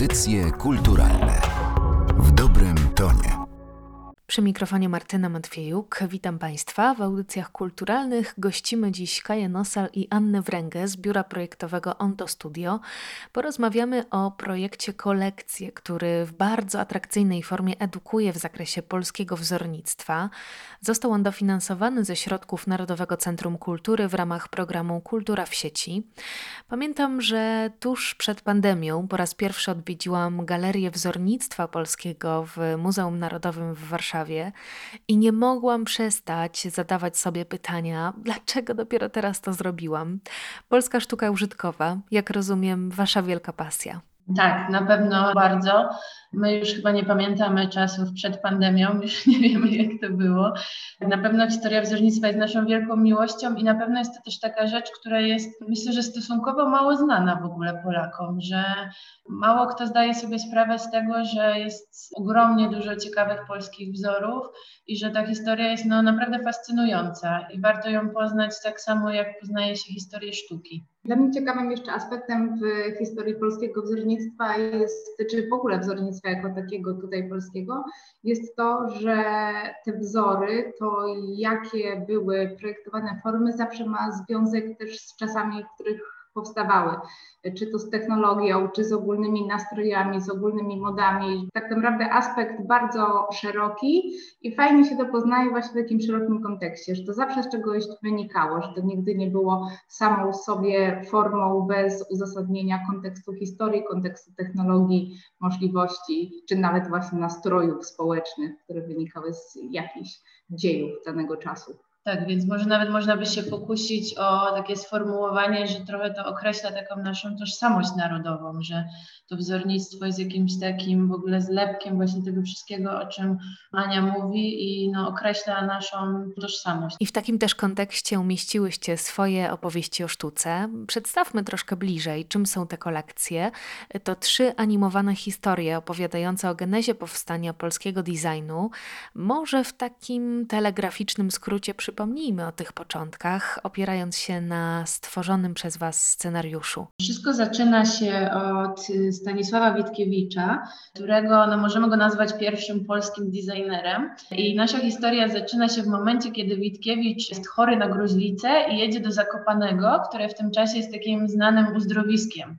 Audycje kulturalne w dobrym tonie. Przy mikrofonie Martyna Matwiejuk. Witam Państwa. W audycjach kulturalnych gościmy dziś Kaję Nosal i Annę Wręgę z biura projektowego Onto Studio. Porozmawiamy o projekcie Kolekcje, który w bardzo atrakcyjnej formie edukuje w zakresie polskiego wzornictwa. Został on dofinansowany ze środków Narodowego Centrum Kultury w ramach programu Kultura w sieci. Pamiętam, że tuż przed pandemią po raz pierwszy odwiedziłam Galerię Wzornictwa Polskiego w Muzeum Narodowym w Warszawie i nie mogłam przestać zadawać sobie pytania, dlaczego dopiero teraz to zrobiłam. Polska sztuka użytkowa, jak rozumiem, wasza wielka pasja. Tak, na pewno bardzo. My już chyba nie pamiętamy czasów przed pandemią, już nie wiemy, jak to było. Na pewno historia wzornictwa jest naszą wielką miłością i na pewno jest to też taka rzecz, która jest, myślę, że stosunkowo mało znana w ogóle Polakom, że mało kto zdaje sobie sprawę z tego, że jest ogromnie dużo ciekawych polskich wzorów i że ta historia jest naprawdę fascynująca i warto ją poznać tak samo, jak poznaje się historię sztuki. Dla mnie ciekawym jeszcze aspektem w historii polskiego wzornictwa jest, czy w ogóle wzornictwa jako takiego tutaj polskiego, jest to, że te wzory, to jakie były projektowane formy, zawsze ma związek też z czasami, w których powstawały, czy to z technologią, czy z ogólnymi nastrojami, z ogólnymi modami. Tak naprawdę aspekt bardzo szeroki i fajnie się to poznaje właśnie w takim szerokim kontekście, że to zawsze z czegoś wynikało, że to nigdy nie było samą sobie formą bez uzasadnienia kontekstu historii, kontekstu technologii, możliwości, czy nawet właśnie nastrojów społecznych, które wynikały z jakichś dziejów danego czasu. Tak, więc może nawet można by się pokusić o takie sformułowanie, że trochę to określa taką naszą tożsamość narodową, że to wzornictwo jest jakimś takim w ogóle zlepkiem właśnie tego wszystkiego, o czym Ania mówi i określa naszą tożsamość. I w takim też kontekście umieściłyście swoje opowieści o sztuce. Przedstawmy troszkę bliżej, czym są te kolekcje. To 3 animowane historie opowiadające o genezie powstania polskiego designu. Może w takim telegraficznym skrócie przypomnijmy o tych początkach, opierając się na stworzonym przez Was scenariuszu. Wszystko zaczyna się od Stanisława Witkiewicza, którego możemy go nazwać pierwszym polskim designerem. I nasza historia zaczyna się w momencie, kiedy Witkiewicz jest chory na gruźlicę i jedzie do Zakopanego, które w tym czasie jest takim znanym uzdrowiskiem.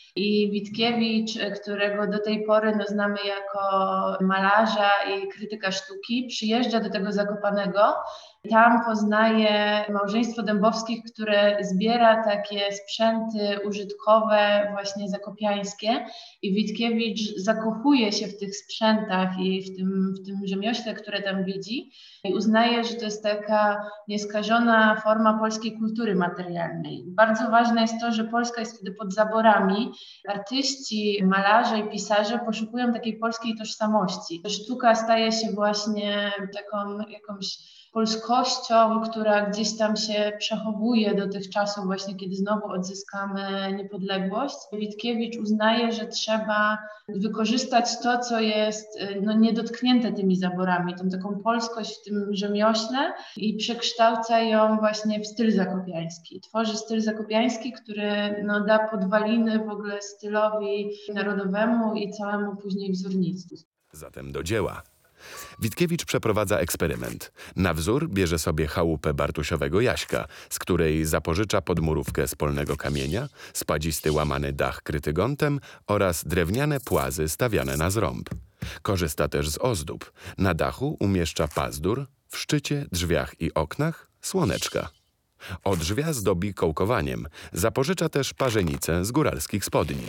I Witkiewicz, którego do tej pory znamy jako malarza i krytyka sztuki, przyjeżdża do tego Zakopanego. Tam poznaje małżeństwo Dębowskich, które zbiera takie sprzęty użytkowe, właśnie zakopiańskie. I Witkiewicz zakochuje się w tych sprzętach i w tym rzemiośle, które tam widzi. I uznaje, że to jest taka nieskażona forma polskiej kultury materialnej. Bardzo ważne jest to, że Polska jest wtedy pod zaborami. Artyści, malarze i pisarze poszukują takiej polskiej tożsamości. Sztuka staje się właśnie taką jakąś polskością, która gdzieś tam się przechowuje do tych czasów właśnie, kiedy znowu odzyskamy niepodległość. Witkiewicz uznaje, że trzeba wykorzystać to, co jest niedotknięte tymi zaborami, tą taką polskość w tym rzemiośle i przekształca ją właśnie w styl zakopiański. Tworzy styl zakopiański, który da podwaliny w ogóle stylowi narodowemu i całemu później wzornictwu. Zatem do dzieła. Witkiewicz przeprowadza eksperyment. Na wzór bierze sobie chałupę Bartusiowego Jaśka, z której zapożycza podmurówkę z polnego kamienia, spadzisty łamany dach kryty gontem oraz drewniane płazy stawiane na zrąb. Korzysta też z ozdób. Na dachu umieszcza pazdur, w szczycie, drzwiach i oknach słoneczka. Od drzwia zdobi kołkowaniem. Zapożycza też parzenicę z góralskich spodni.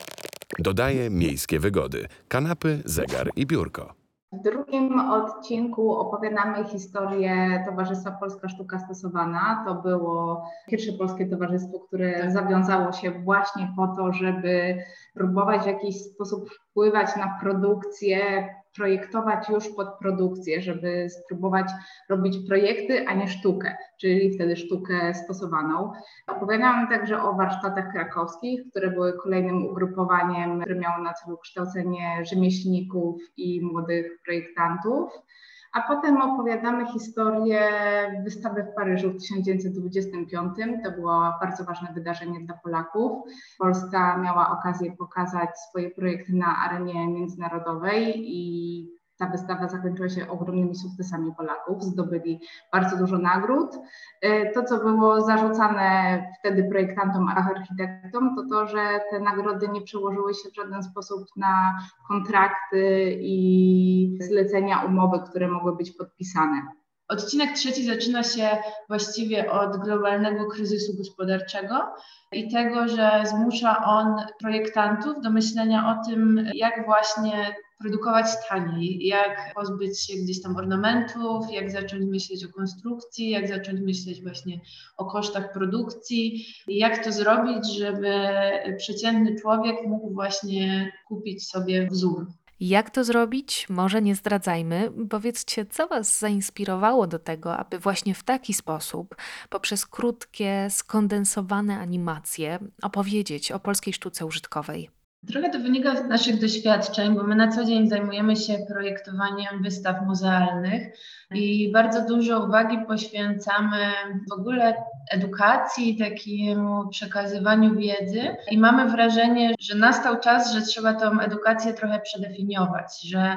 Dodaje miejskie wygody, kanapy, zegar i biurko. W drugim odcinku opowiadamy historię Towarzystwa Polska Sztuka Stosowana. To było pierwsze polskie towarzystwo, które zawiązało się właśnie po to, żeby próbować w jakiś sposób wpływać na produkcję, projektować już pod produkcję, żeby spróbować robić projekty, a nie sztukę, czyli wtedy sztukę stosowaną. Opowiadamy także o warsztatach krakowskich, które były kolejnym ugrupowaniem, które miało na celu kształcenie rzemieślników i młodych projektantów. a potem opowiadamy historię wystawy w Paryżu w 1925. To było bardzo ważne wydarzenie dla Polaków. Polska miała okazję pokazać swoje projekty na arenie międzynarodowej i ta wystawa zakończyła się ogromnymi sukcesami Polaków, zdobyli bardzo dużo nagród. To, co było zarzucane wtedy projektantom, architektom, to, że te nagrody nie przełożyły się w żaden sposób na kontrakty i zlecenia, umowy, które mogły być podpisane. Odcinek 3 zaczyna się właściwie od globalnego kryzysu gospodarczego i tego, że zmusza on projektantów do myślenia o tym, jak właśnie produkować taniej, jak pozbyć się gdzieś tam ornamentów, jak zacząć myśleć o konstrukcji, jak zacząć myśleć właśnie o kosztach produkcji i jak to zrobić, żeby przeciętny człowiek mógł właśnie kupić sobie wzór. Jak to zrobić? Może nie zdradzajmy. Powiedzcie, co Was zainspirowało do tego, aby właśnie w taki sposób, poprzez krótkie, skondensowane animacje, opowiedzieć o polskiej sztuce użytkowej? Trochę to wynika z naszych doświadczeń, bo my na co dzień zajmujemy się projektowaniem wystaw muzealnych i bardzo dużo uwagi poświęcamy w ogóle edukacji, takiemu przekazywaniu wiedzy i mamy wrażenie, że nastał czas, że trzeba tą edukację trochę przedefiniować, że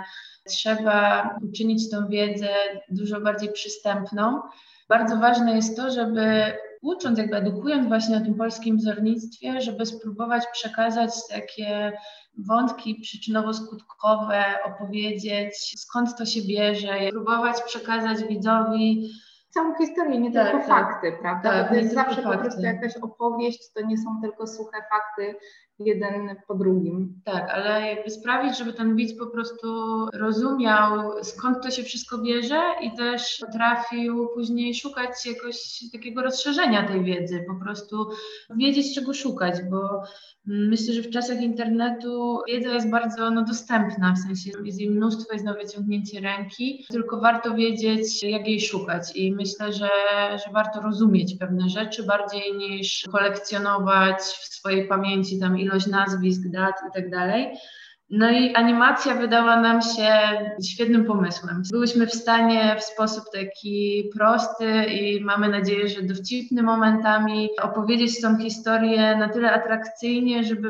trzeba uczynić tą wiedzę dużo bardziej przystępną. Bardzo ważne jest to, żeby ucząc, edukując właśnie o tym polskim wzornictwie, żeby spróbować przekazać takie wątki przyczynowo-skutkowe, opowiedzieć skąd to się bierze, próbować przekazać widzowi całą historię, nie tylko fakty, prawda? Tak, bo to jest zawsze fakty. Po prostu jakaś opowieść, to nie są tylko suche fakty, jeden po drugim. Tak, ale sprawić, żeby ten widz po prostu rozumiał, skąd to się wszystko bierze i też potrafił później szukać jakoś takiego rozszerzenia tej wiedzy, po prostu wiedzieć, czego szukać, bo myślę, że w czasach internetu wiedza jest bardzo dostępna, w sensie jest jej mnóstwo, jest na wyciągnięcie ręki, tylko warto wiedzieć, jak jej szukać i myślę, że warto rozumieć pewne rzeczy bardziej niż kolekcjonować w swojej pamięci tam ilość nazwisk, dat i tak dalej. No i animacja wydała nam się świetnym pomysłem. Byłyśmy w stanie w sposób taki prosty i mamy nadzieję, że dowcipny momentami opowiedzieć tą historię na tyle atrakcyjnie, żeby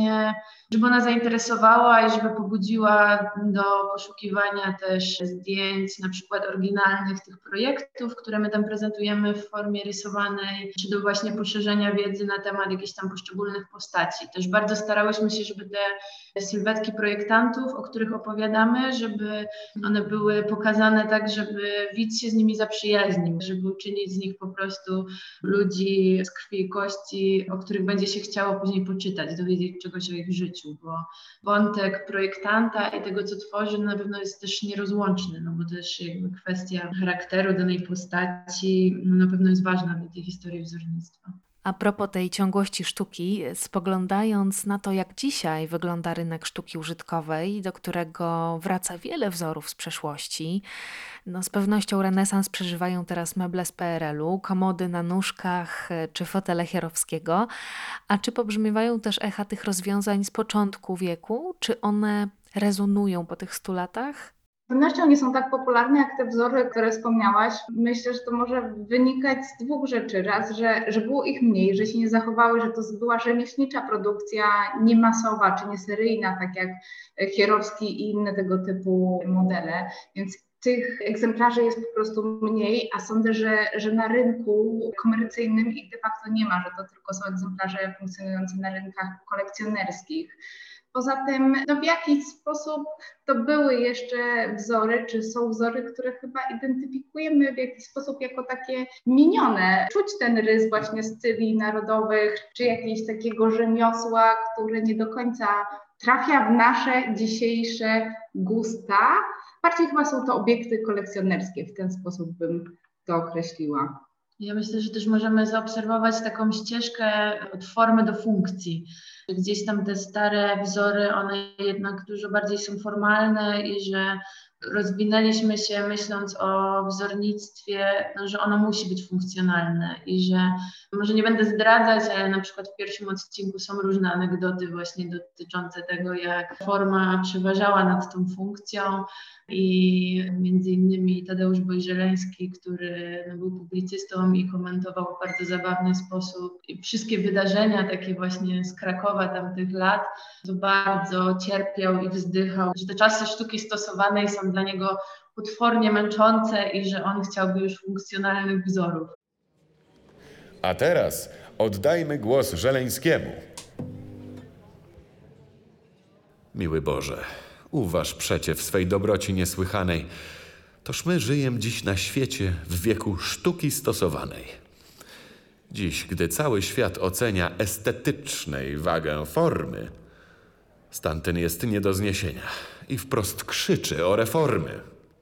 ona zainteresowała i żeby pobudziła do poszukiwania też zdjęć, na przykład oryginalnych tych projektów, które my tam prezentujemy w formie rysowanej, czy do właśnie poszerzenia wiedzy na temat jakichś tam poszczególnych postaci. Też bardzo starałyśmy się, żeby te sylwetki projektantów, o których opowiadamy, żeby one były pokazane tak, żeby widz się z nimi zaprzyjaźnił, żeby uczynić z nich po prostu ludzi z krwi i kości, o których będzie się chciało później poczytać, dowiedzieć czegoś o ich życiu, bo wątek projektanta i tego, co tworzy, na pewno jest też nierozłączny, bo też kwestia charakteru danej postaci na pewno jest ważna dla tej historii wzornictwa. A propos tej ciągłości sztuki, spoglądając na to, jak dzisiaj wygląda rynek sztuki użytkowej, do którego wraca wiele wzorów z przeszłości, z pewnością renesans przeżywają teraz meble z PRL-u, komody na nóżkach czy fotele Chierowskiego. A czy pobrzmiewają też echa tych rozwiązań z początku wieku? Czy one rezonują po tych 100 latach? Z pewnością nie są tak popularne jak te wzory, które wspomniałaś. Myślę, że to może wynikać z dwóch rzeczy. Raz, że było ich mniej, że się nie zachowały, że to była rzemieślnicza produkcja, nie masowa czy nie seryjna, tak jak Chierowski i inne tego typu modele. Więc tych egzemplarzy jest po prostu mniej, a sądzę, że na rynku komercyjnym ich de facto nie ma, że to tylko są egzemplarze funkcjonujące na rynkach kolekcjonerskich. Poza tym w jakiś sposób to były jeszcze wzory, czy są wzory, które chyba identyfikujemy w jakiś sposób jako takie minione. Czuć ten rys właśnie styli narodowych, czy jakiegoś takiego rzemiosła, które nie do końca trafia w nasze dzisiejsze gusta. Bardziej chyba są to obiekty kolekcjonerskie, w ten sposób bym to określiła. Ja myślę, że też możemy zaobserwować taką ścieżkę od formy do funkcji. że gdzieś tam te stare wzory, one jednak dużo bardziej są formalne i że rozwinęliśmy się myśląc o wzornictwie, no, że ono musi być funkcjonalne i że może nie będę zdradzać, ale na przykład w pierwszym odcinku są różne anegdoty właśnie dotyczące tego, jak forma przeważała nad tą funkcją i między innymi Tadeusz Bojżeleński, który był publicystą i komentował w bardzo zabawny sposób i wszystkie wydarzenia takie właśnie z Krakowa tamtych lat, to bardzo cierpiał i wzdychał, że te czasy sztuki stosowanej są dla niego potwornie męczące i że on chciałby już funkcjonalnych wzorów. A teraz oddajmy głos Żeleńskiemu. Miły Boże, uważ przecie w swej dobroci niesłychanej, toż my żyjem dziś na świecie w wieku sztuki stosowanej. Dziś, gdy cały świat ocenia estetycznej wagę formy, stan ten jest nie do zniesienia i wprost krzyczy o reformy.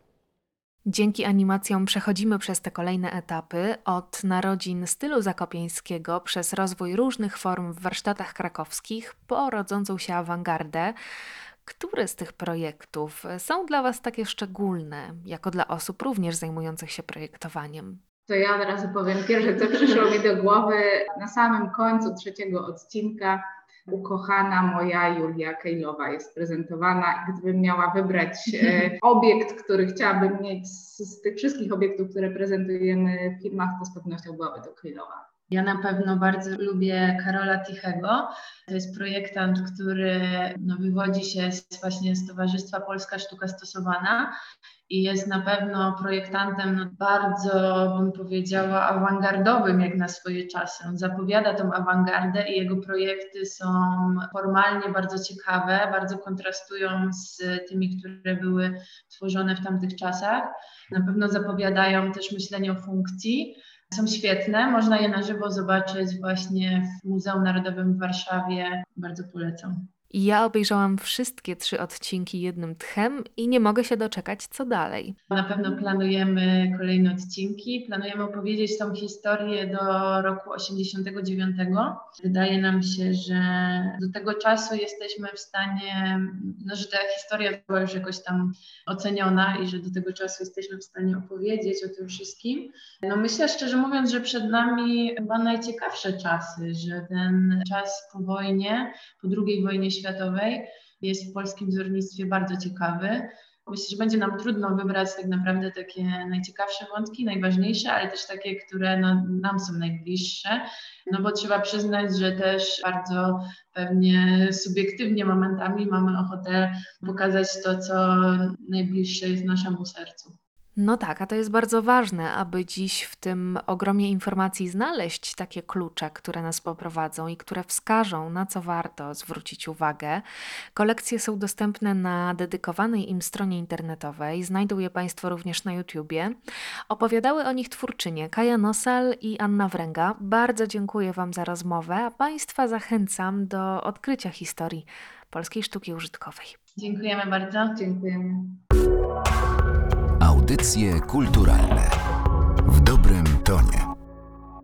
Dzięki animacjom przechodzimy przez te kolejne etapy, od narodzin stylu zakopieńskiego przez rozwój różnych form w warsztatach krakowskich po rodzącą się awangardę. Które z tych projektów są dla Was takie szczególne, jako dla osób również zajmujących się projektowaniem? To ja od razu powiem pierwsze, co przyszło mi do głowy. Na samym końcu 3. odcinka ukochana moja Julia Kejlowa jest prezentowana. Gdybym miała wybrać obiekt, który chciałabym mieć z tych wszystkich obiektów, które prezentujemy w filmach, to z pewnością byłaby to Kejlowa. Ja na pewno bardzo lubię Karola Tichego. To jest projektant, który wywodzi się właśnie z Towarzystwa Polska Sztuka Stosowana i jest na pewno projektantem bardzo, bym powiedziała, awangardowym jak na swoje czasy. On zapowiada tą awangardę i jego projekty są formalnie bardzo ciekawe, bardzo kontrastują z tymi, które były tworzone w tamtych czasach. Na pewno zapowiadają też myślenie o funkcji. Są świetne, można je na żywo zobaczyć właśnie w Muzeum Narodowym w Warszawie. Bardzo polecam. Ja obejrzałam wszystkie 3 odcinki jednym tchem i nie mogę się doczekać, co dalej. Na pewno planujemy kolejne odcinki. Planujemy opowiedzieć tą historię do roku 89. Wydaje nam się, że do tego czasu jesteśmy w stanie, że ta historia była już jakoś tam oceniona i że do tego czasu jesteśmy w stanie opowiedzieć o tym wszystkim. Myślę szczerze mówiąc, że przed nami chyba najciekawsze czasy, że ten czas po wojnie, po II wojnie światowej jest w polskim wzornictwie bardzo ciekawy. Myślę, że będzie nam trudno wybrać tak naprawdę takie najciekawsze wątki, najważniejsze, ale też takie, które nam są najbliższe, bo trzeba przyznać, że też bardzo pewnie subiektywnie momentami mamy ochotę pokazać to, co najbliższe jest naszemu sercu. No tak, a to jest bardzo ważne, aby dziś w tym ogromie informacji znaleźć takie klucze, które nas poprowadzą i które wskażą, na co warto zwrócić uwagę. Kolekcje są dostępne na dedykowanej im stronie internetowej, znajdą je Państwo również na YouTubie. Opowiadały o nich twórczynie Kaja Nosal i Anna Wręga. Bardzo dziękuję Wam za rozmowę, a Państwa zachęcam do odkrycia historii polskiej sztuki użytkowej. Dziękujemy bardzo. Dziękujemy. Audycje kulturalne